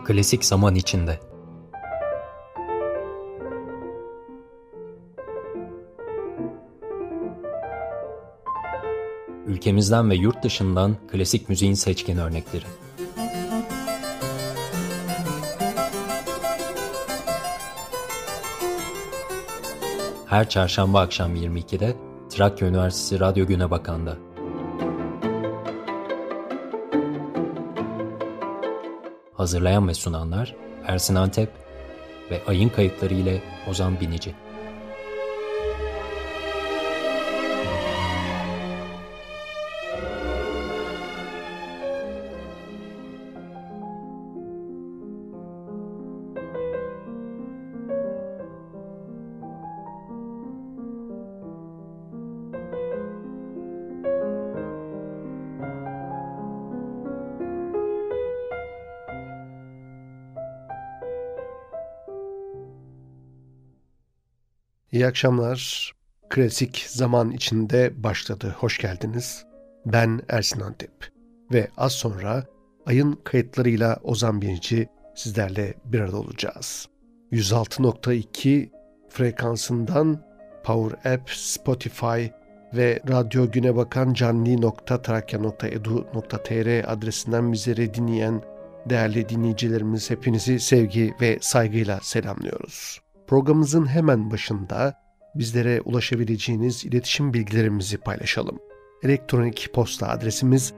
Klasik zaman içinde. Ülkemizden ve yurt dışından klasik müziğin seçkin örnekleri. Her çarşamba akşam 22'de Trakya Üniversitesi Radyo Günebakan'da. Hazırlayan ve sunanlar Ersin Antep ve Ayın kayıtları ile Ozan Binici. İyi akşamlar. Klasik zaman içinde başladı. Hoş geldiniz. Ben Ersin Antep ve az sonra Ayın kayıtlarıyla Ozan Binici sizlerle bir arada olacağız. 106.2 frekansından Power App, Spotify ve Radyo Günebakan canli.trakya.edu.tr adresinden bizleri dinleyen değerli dinleyicilerimiz, hepinizi sevgi ve saygıyla selamlıyoruz. Programımızın hemen başında bizlere ulaşabileceğiniz iletişim bilgilerimizi paylaşalım. Elektronik posta adresimiz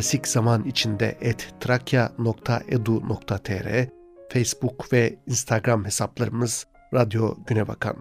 klasikzaman.trakya.edu.tr, Facebook ve Instagram hesaplarımız Radyo Günebakan.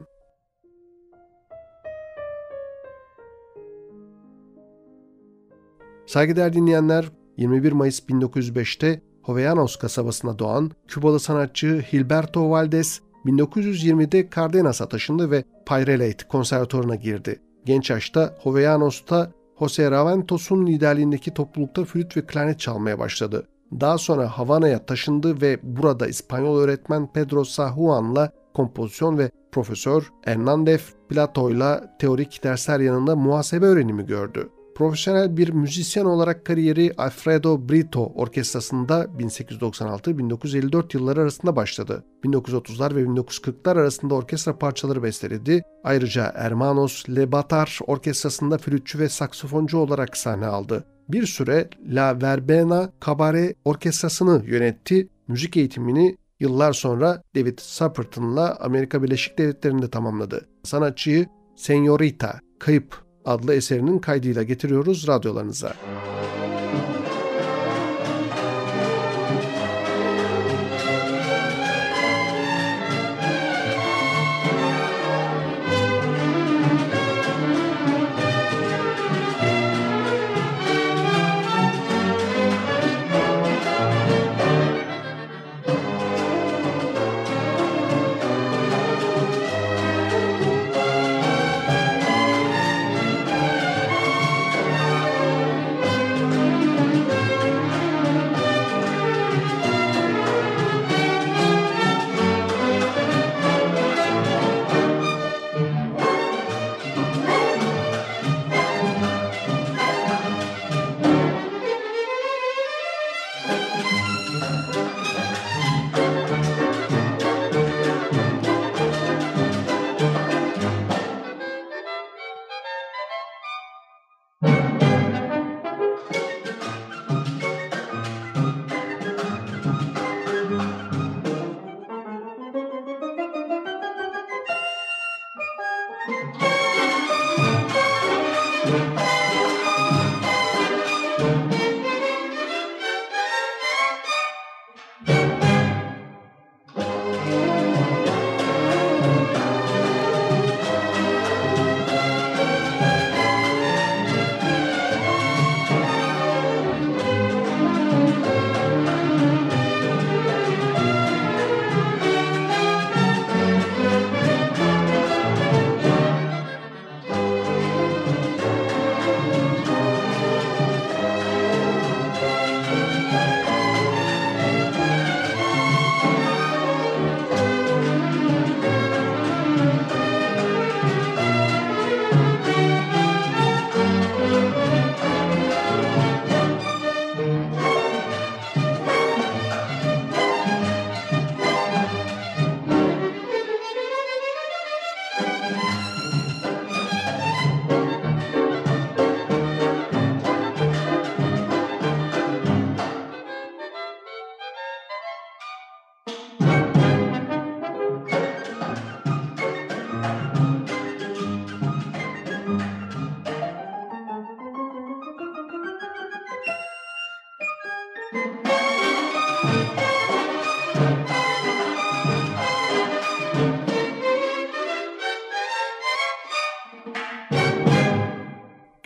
Saygıdeğer dinleyenler, 21 Mayıs 1905'te Jovellanos kasabasında doğan Kübalı sanatçı Gilberto Valdés, 1920'de Cardenas'a taşındı ve Payrelate konservatuvarına girdi. Genç yaşta Jovellanos'ta José Raventos'un liderliğindeki toplulukta flüt ve klarnet çalmaya başladı. Daha sonra Havana'ya taşındı ve burada İspanyol öğretmen Pedro Sahuan'la kompozisyon ve Profesör Hernández Plato'yla teorik dersler yanında muhasebe öğrenimi gördü. Profesyonel bir müzisyen olarak kariyeri Alfredo Brito Orkestrası'nda 1896-1954 yılları arasında başladı. 1930'lar ve 1940'lar arasında orkestra parçaları besteledi. Ayrıca Hermanos Lebatar Orkestrası'nda flütçü ve saksafoncu olarak sahne aldı. Bir süre La Verbena Cabaret Orkestrası'nı yönetti. Müzik eğitimini yıllar sonra David Sapperton'la Amerika Birleşik Devletleri'nde tamamladı. Sanatçıyı Señorita, Kayıp adlı eserinin kaydıyla getiriyoruz radyolarınıza.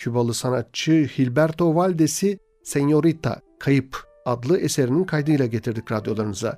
Kübalı sanatçı Hilberto Valdes'i Señorita, Kayıp adlı eserinin kaydıyla getirdik radyolarınıza.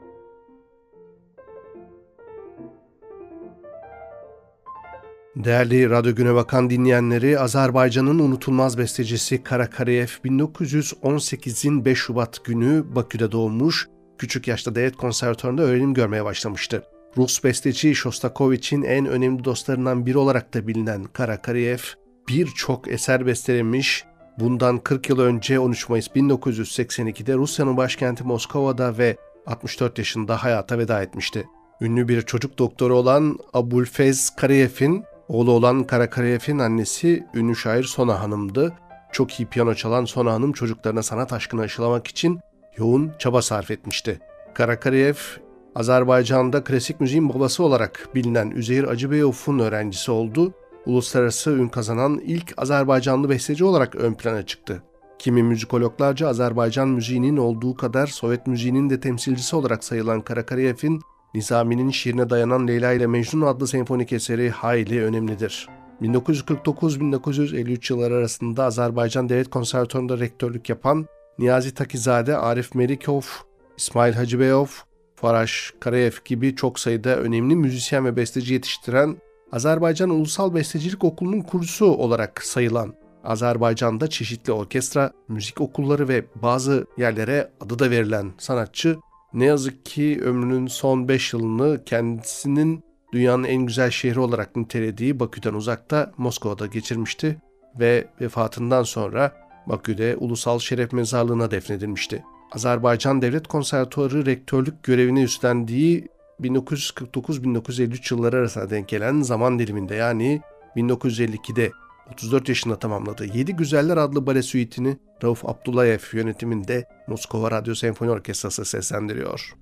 Değerli Radyo Güne Bakan dinleyenleri, Azerbaycan'ın unutulmaz bestecisi Kara Karayev 1918'in 5 Şubat günü Bakü'de doğmuş, küçük yaşta devlet konservatuvarında öğrenim görmeye başlamıştı. Rus besteci Shostakovich'in en önemli dostlarından biri olarak da bilinen Kara Karayev, birçok eser bestelemiş. Bundan 40 yıl önce 13 Mayıs 1982'de Rusya'nın başkenti Moskova'da ve 64 yaşında hayata veda etmişti. Ünlü bir çocuk doktoru olan Abulfez Karayev'in oğlu olan Kara Karayev'in annesi ünlü şair Sona Hanım'dı. Çok iyi piyano çalan Sona Hanım çocuklarına sanat aşkını aşılamak için yoğun çaba sarf etmişti. Kara Karayev, Azerbaycan'da klasik müziğin babası olarak bilinen Üzeyir Acıbeyov'un öğrencisi oldu. Uluslararası ün kazanan ilk Azerbaycanlı besteci olarak ön plana çıktı. Kimi müzikologlarca Azerbaycan müziğinin olduğu kadar Sovyet müziğinin de temsilcisi olarak sayılan Kara Karayev'in Nizami'nin şiirine dayanan Leyla ile Mecnun adlı senfonik eseri hayli önemlidir. 1949-1953 yılları arasında Azerbaycan Devlet Konservatuvarı'nda rektörlük yapan Niyazi Takizade, Arif Merikov, İsmail Hacıbeyov, Faraş Karayev gibi çok sayıda önemli müzisyen ve besteci yetiştiren Azerbaycan Ulusal Bestecilik Okulu'nun kurucusu olarak sayılan, Azerbaycan'da çeşitli orkestra, müzik okulları ve bazı yerlere adı da verilen sanatçı, ne yazık ki ömrünün son 5 yılını kendisinin dünyanın en güzel şehri olarak nitelediği Bakü'den uzakta Moskova'da geçirmişti ve vefatından sonra Bakü'de Ulusal Şeref Mezarlığı'na defnedilmişti. Azerbaycan Devlet Konservatuvarı rektörlük görevini üstlendiği 1949-1953 yılları arasında denk gelen zaman diliminde, yani 1952'de 34 yaşında tamamladığı Yedi Güzeller adlı bale suitini Rauf Abdullayev yönetiminde Moskova Radyo Senfoni Orkestrası seslendiriyor.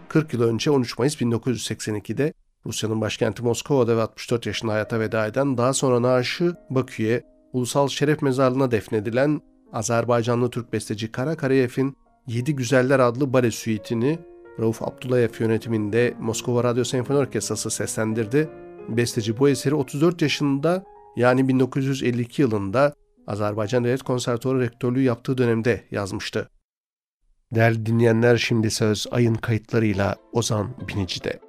40 yıl önce 13 Mayıs 1982'de Rusya'nın başkenti Moskova'da ve 64 yaşında hayata veda eden, daha sonra naaşı Bakü'ye Ulusal Şeref Mezarlığı'na defnedilen Azerbaycanlı Türk besteci Kara Karayev'in Yedi Güzeller adlı bale süitini Rauf Abdullayev yönetiminde Moskova Radyo Senfoni Orkestrası seslendirdi. Besteci bu eseri 34 yaşında, yani 1952 yılında Azerbaycan Devlet Konservatuarı rektörlüğü yaptığı dönemde yazmıştı. Değerli dinleyenler, şimdi söz Ay'ın kayıtlarıyla Ozan Binici'de.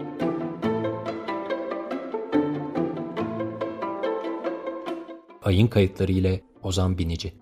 Ay'ın kayıtları ile Ozan Binici.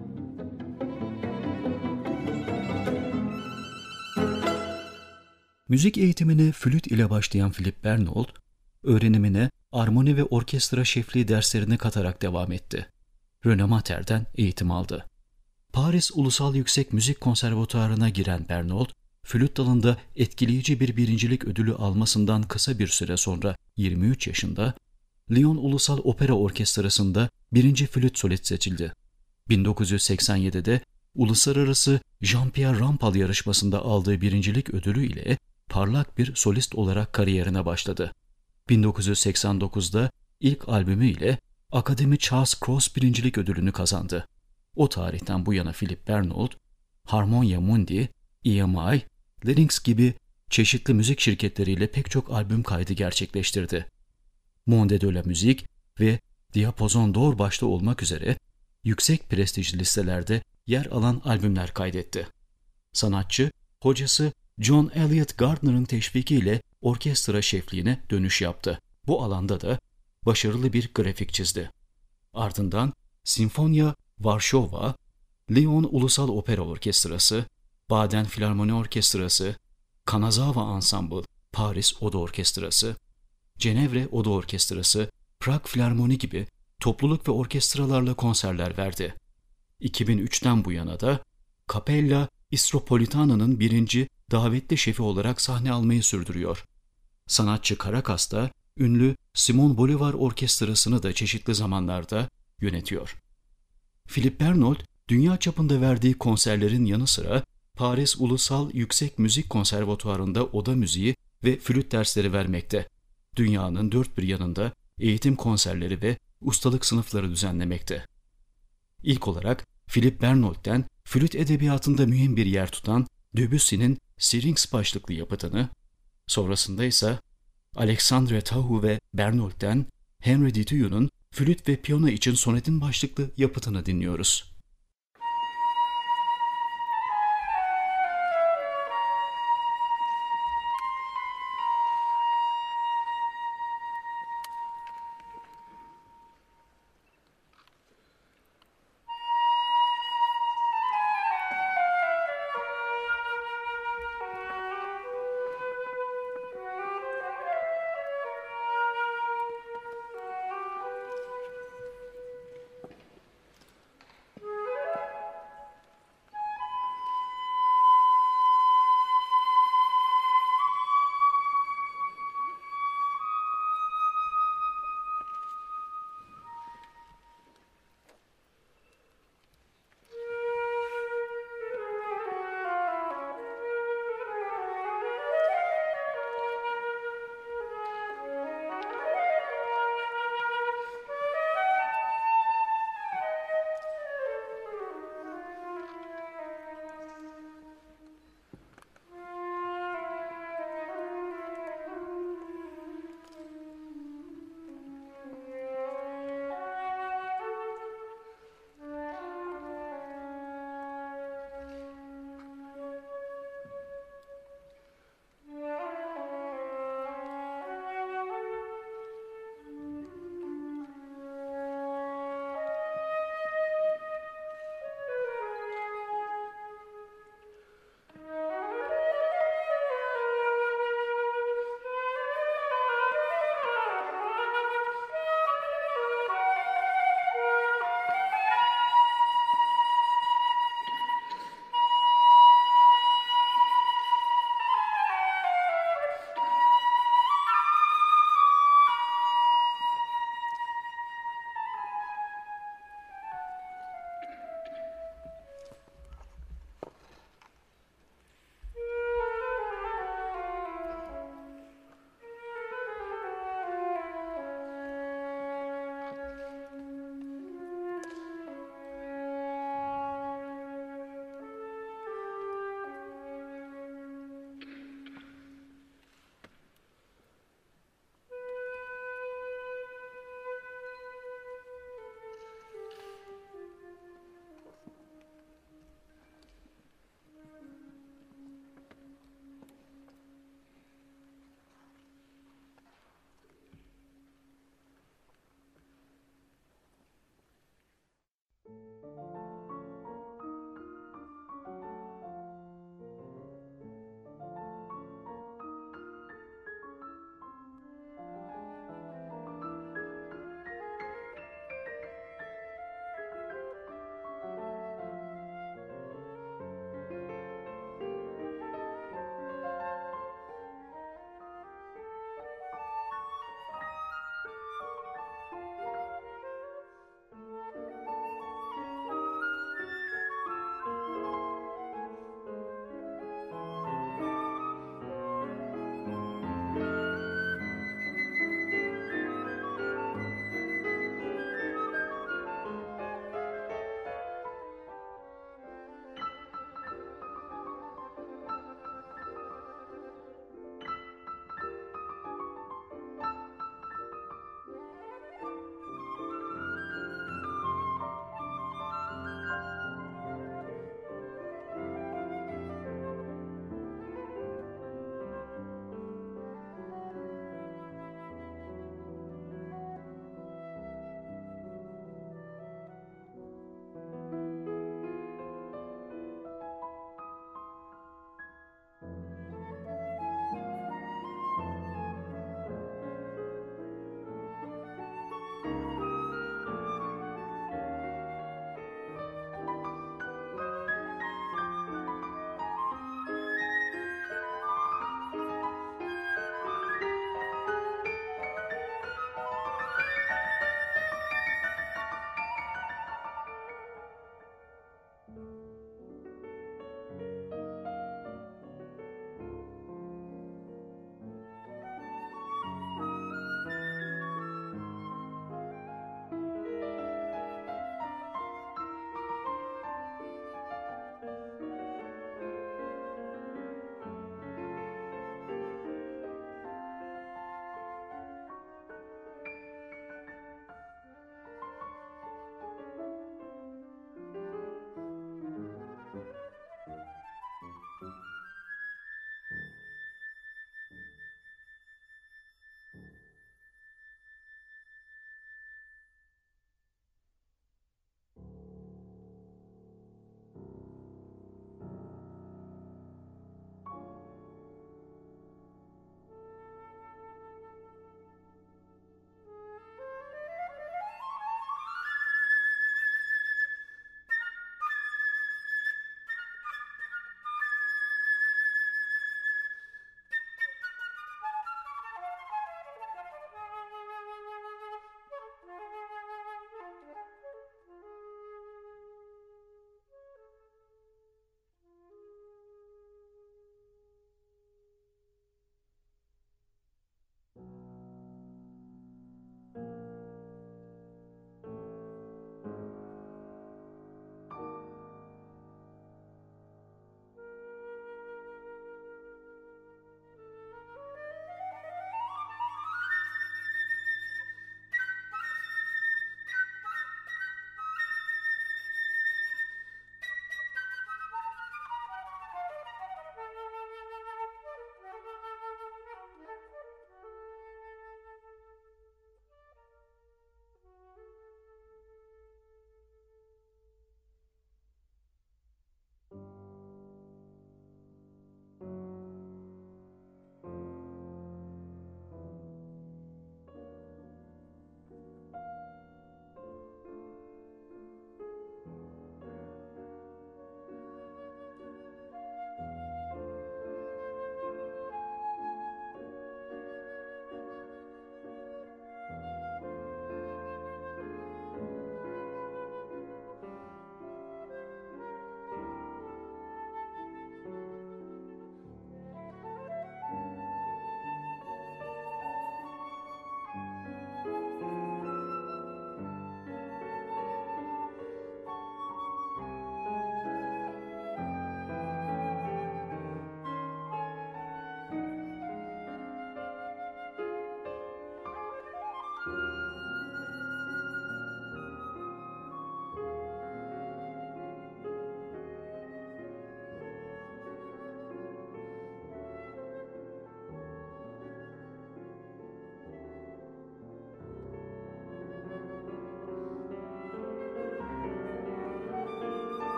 Müzik eğitimine flüt ile başlayan Philip Bernold, öğrenimine armoni ve orkestra şefliği derslerini katarak devam etti. Rene Mater'den eğitim aldı. Paris Ulusal Yüksek Müzik Konservatuarı'na giren Bernold, flüt dalında etkileyici bir birincilik ödülü almasından kısa bir süre sonra 23 yaşında Lyon Ulusal Opera Orkestrası'nda birinci flüt solist seçildi. 1987'de Uluslararası Jean-Pierre Rampal yarışmasında aldığı birincilik ödülü ile parlak bir solist olarak kariyerine başladı. 1989'da ilk albümü ile Akademi Charles Cross birincilik ödülünü kazandı. O tarihten bu yana Philip Bernold, Harmonia Mundi, EMI, Larynx gibi çeşitli müzik şirketleriyle pek çok albüm kaydı gerçekleştirdi. Monde de la Musique ve Diapason d'Or başta olmak üzere yüksek prestijli listelerde yer alan albümler kaydetti. Sanatçı, hocası John Elliott Gardner'ın teşvikiyle orkestra şefliğine dönüş yaptı. Bu alanda da başarılı bir grafik çizdi. Ardından Sinfonia Varşova, Lyon Ulusal Opera Orkestrası, Baden Filarmoni Orkestrası, Kanazawa Ensemble, Paris Oda Orkestrası, Cenevre Oda Orkestrası, Prag Filarmoni gibi topluluk ve orkestralarla konserler verdi. 2003'ten bu yana da Capella Istropolitana'nın birinci davetli şefi olarak sahne almayı sürdürüyor. Sanatçı Caracas'ta ünlü Simon Bolivar Orkestrası'nı da çeşitli zamanlarda yönetiyor. Philip Bernold, dünya çapında verdiği konserlerin yanı sıra Paris Ulusal Yüksek Müzik Konservatuarı'nda oda müziği ve flüt dersleri vermekte. Dünyanın dört bir yanında eğitim konserleri ve ustalık sınıfları düzenlemekte. İlk olarak Philip Bernold'den flüt edebiyatında mühim bir yer tutan Debussy'nin Syrinx başlıklı yapıtını, sonrasında ise Alexandre Tahu ve Bernold'den Henry Dutilleux'un flüt ve piyano için sonetin başlıklı yapıtını dinliyoruz.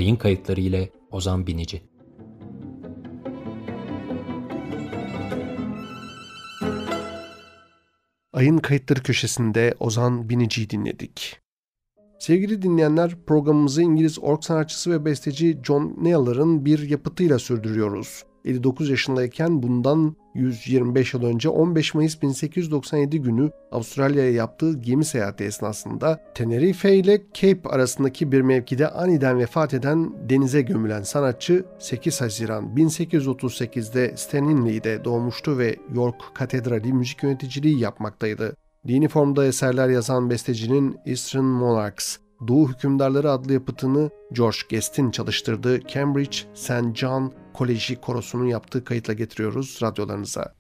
Ayın kayıtları ile Ozan Binici. Ayın kayıtları köşesinde Ozan Binici'yi dinledik. Sevgili dinleyenler, programımızı İngiliz org sanatçısı ve besteci John Nayler'ın bir yapıtıyla sürdürüyoruz. 59 yaşındayken bundan 125 yıl önce 15 Mayıs 1897 günü Avustralya'ya yaptığı gemi seyahati esnasında Tenerife ile Cape arasındaki bir mevkide aniden vefat eden, denize gömülen sanatçı 8 Haziran 1838'de Stanley'de doğmuştu ve York Katedrali müzik yöneticiliği yapmaktaydı. Dini formda eserler yazan bestecinin Eastern Monarchs, Doğu Hükümdarları adlı yapıtını George Guest'in çalıştırdığı Cambridge St. John Koleji Korosu'nun yaptığı kayıtla getiriyoruz radyolarınıza.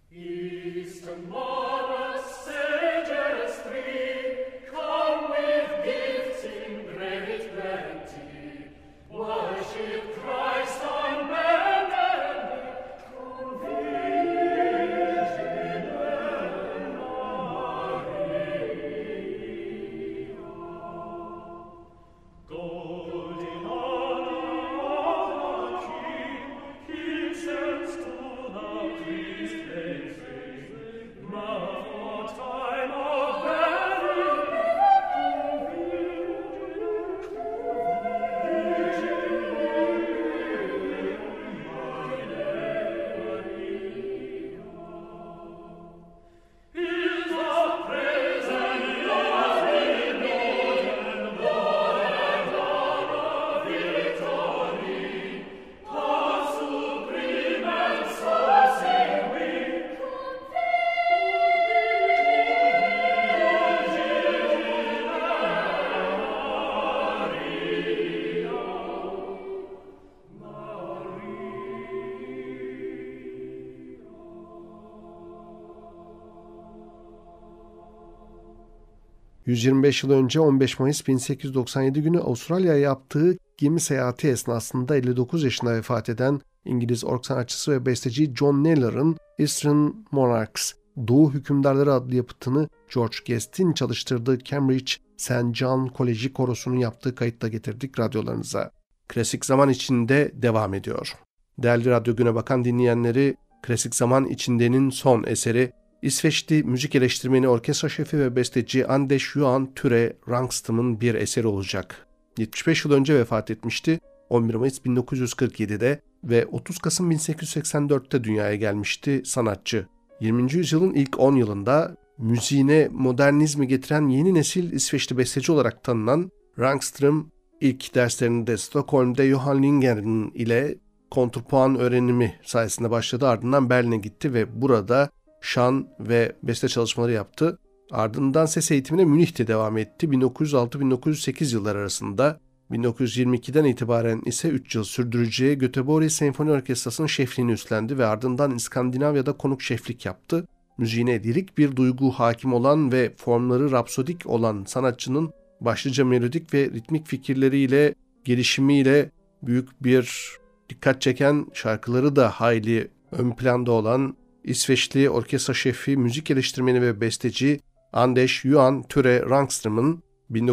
...125 yıl önce 15 Mayıs 1897 günü Avustralya'ya yaptığı gemi seyahati esnasında 59 yaşında vefat eden İngiliz org sanatçısı ve besteci John Nayler'ın Eastern Monarchs, Doğu Hükümdarları adlı yapıtını George Guest'in çalıştırdığı Cambridge St. John Koleji Korosu'nun yaptığı kayıtla getirdik radyolarınıza. Klasik Zaman içinde devam ediyor. Değerli Radyo Güne Bakan dinleyenleri, Klasik Zaman içinde'nin son eseri İsveçli müzik eleştirmeni, orkestra şefi ve besteci Anders Johan Thure Rangstam'ın bir eseri olacak. 75 yıl önce vefat etmişti. 11 Mayıs 1947'de ve 30 Kasım 1884'te dünyaya gelmişti sanatçı. 20. yüzyılın ilk 10 yılında müziğine modernizmi getiren yeni nesil İsveçli besteci olarak tanınan Rangstam, ilk derslerini de Stockholm'de Johan Lindgren ile kontrpuan öğrenimi sayesinde başladı. Ardından Berlin'e gitti ve burada şan ve beste çalışmaları yaptı. Ardından ses eğitimine Münih'te devam etti. 1906-1908 yılları arasında 1922'den itibaren ise 3 yıl sürdüreceği Göteborg Senfoni Orkestrası'nın şefliğini üstlendi ve ardından İskandinavya'da konuk şeflik yaptı. Müziğine lirik bir duygu hakim olan ve formları rapsodik olan sanatçının başlıca melodik ve ritmik fikirleriyle, gelişimiyle büyük bir dikkat çeken, şarkıları da hayli ön planda olan İsveçli orkestra şefi, müzik eleştirmeni ve besteci Anders Johan Thure Rangstam'ın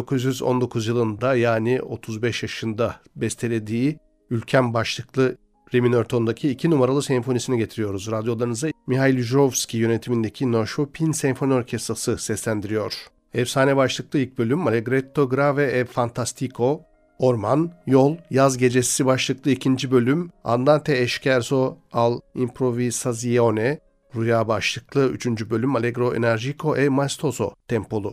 1919 yılında, yani 35 yaşında bestelediği Ülkem başlıklı re minör tondaki 2 numaralı senfonisini getiriyoruz radyolarınıza. Mihail Jurowski yönetimindeki Norrköping Senfoni Orkestrası seslendiriyor. Efsane başlıklı ilk bölüm Allegretto Grave e Fantastico, Orman, Yol, Yaz Gecesi başlıklı ikinci bölüm Andante e Scherzo al Improvvisazione, Rüya başlıklı üçüncü bölüm Allegro Energico e Maestoso tempolu.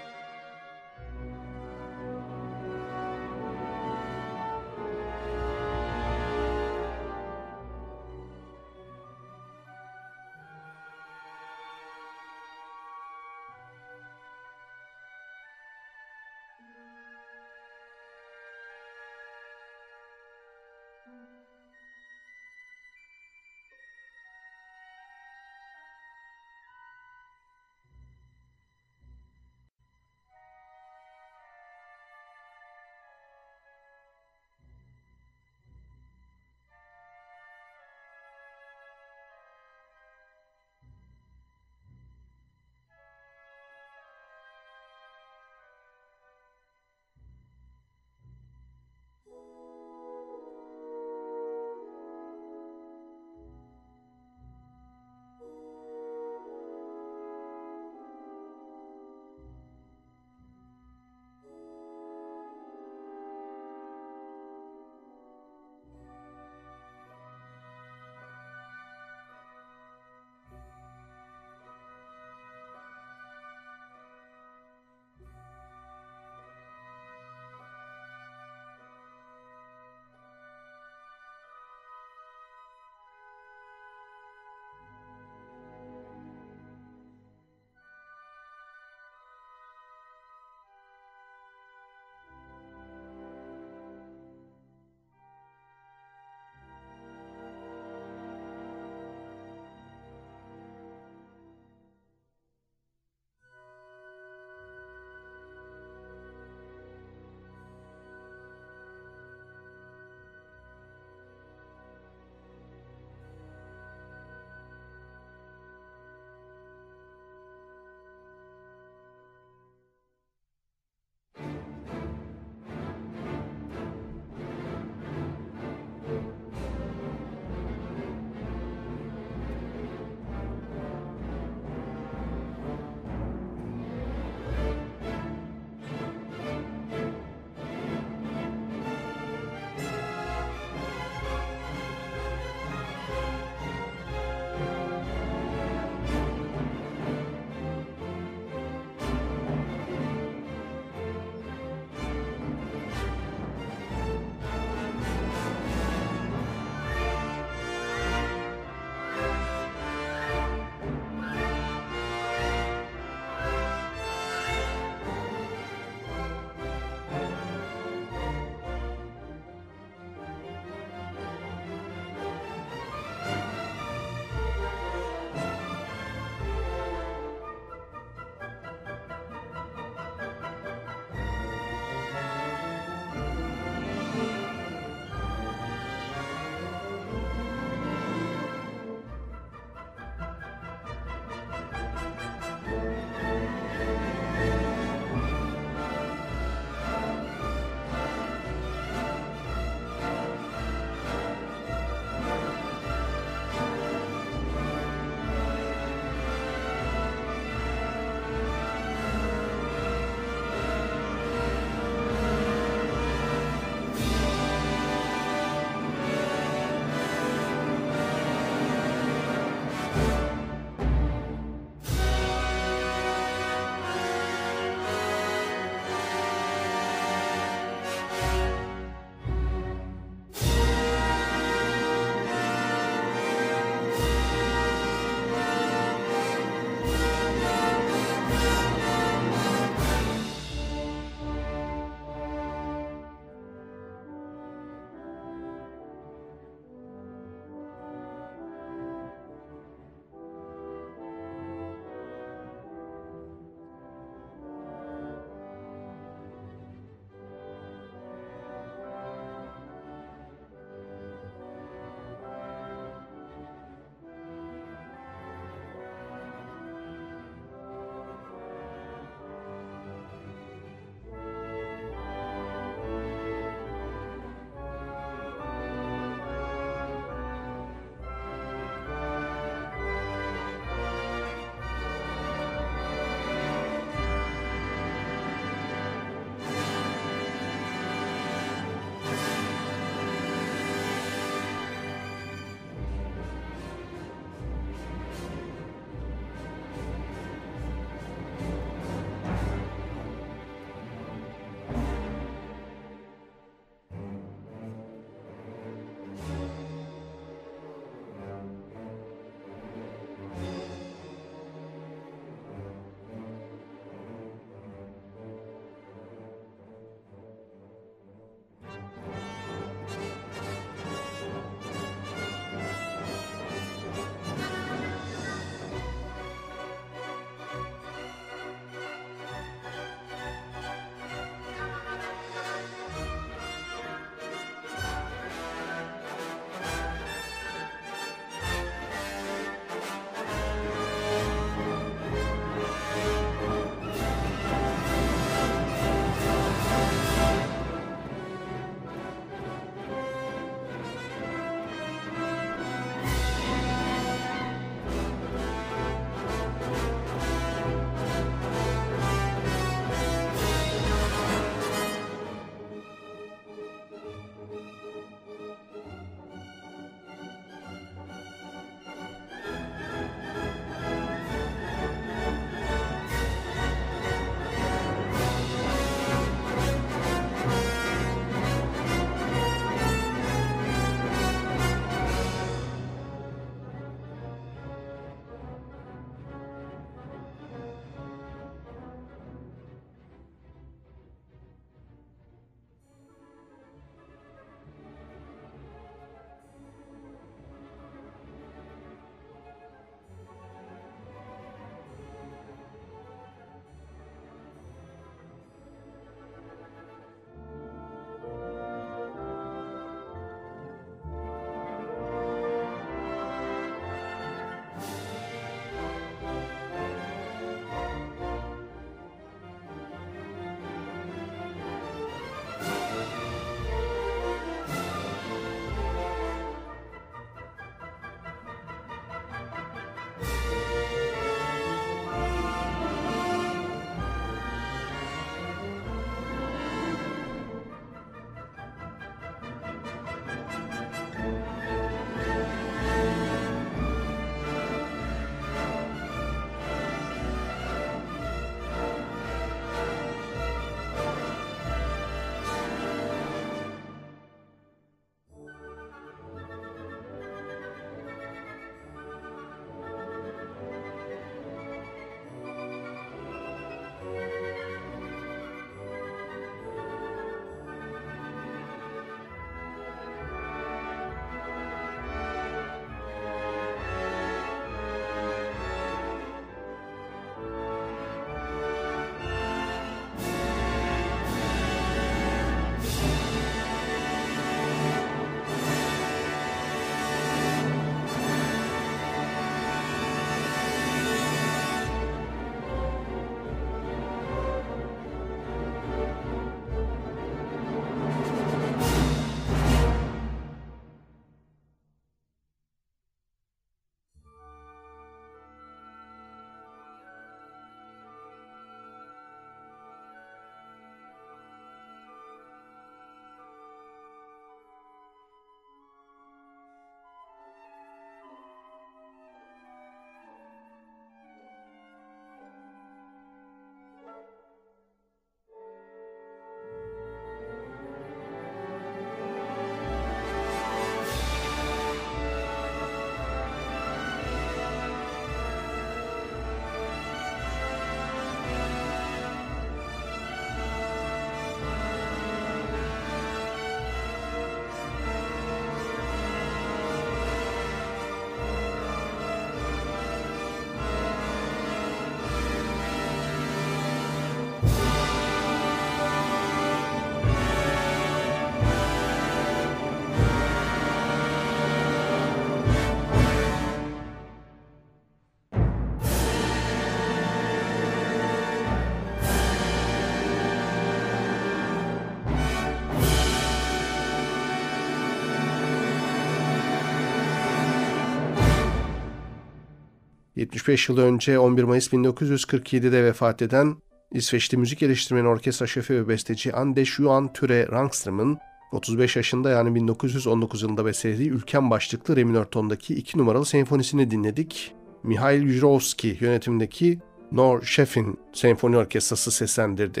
75 yıl önce 11 Mayıs 1947'de vefat eden İsveçli müzik eleştirmeni, orkestra şefi ve besteci Anders Johan Türe Rangström'ün 35 yaşında yani 1919 yılında bestelediği Ülkem başlıklı re minör tondaki 2 numaralı senfonisini dinledik. Mihail Jurovski yönetimindeki Norrköping Senfoni Orkestrası seslendirdi.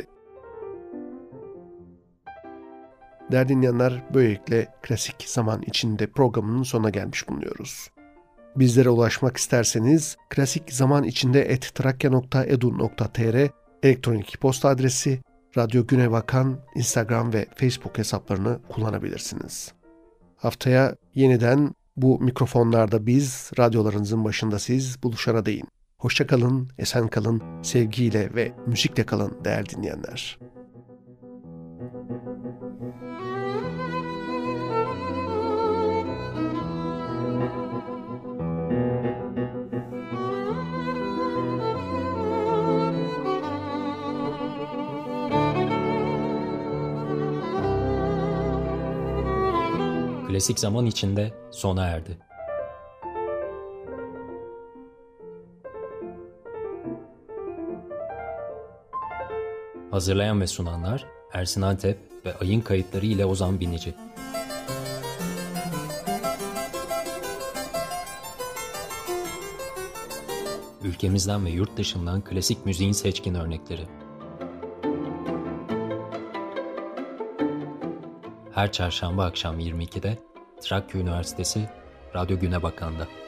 Değerli dinleyenler, böylelikle klasik zaman içinde programının sonuna gelmiş bulunuyoruz. Bizlere ulaşmak isterseniz klasikzamanicinde@trakya.edu.tr elektronik posta adresi, Radyo Güne Bakan Instagram ve Facebook hesaplarını kullanabilirsiniz. Haftaya yeniden bu mikrofonlarda biz, radyolarınızın başında siz buluşana değin. Hoşça kalın, esen kalın, sevgiyle ve müzikle kalın değerli dinleyenler. Klasik zaman içinde sona erdi. Hazırlayan ve sunanlar Ersin Antep ve Ayın kayıtları ile Ozan Binici. Ülkemizden ve yurt dışından klasik müziğin seçkin örnekleri. Her çarşamba akşam 22'de Trakya Üniversitesi Radyo Güne Bakan'da.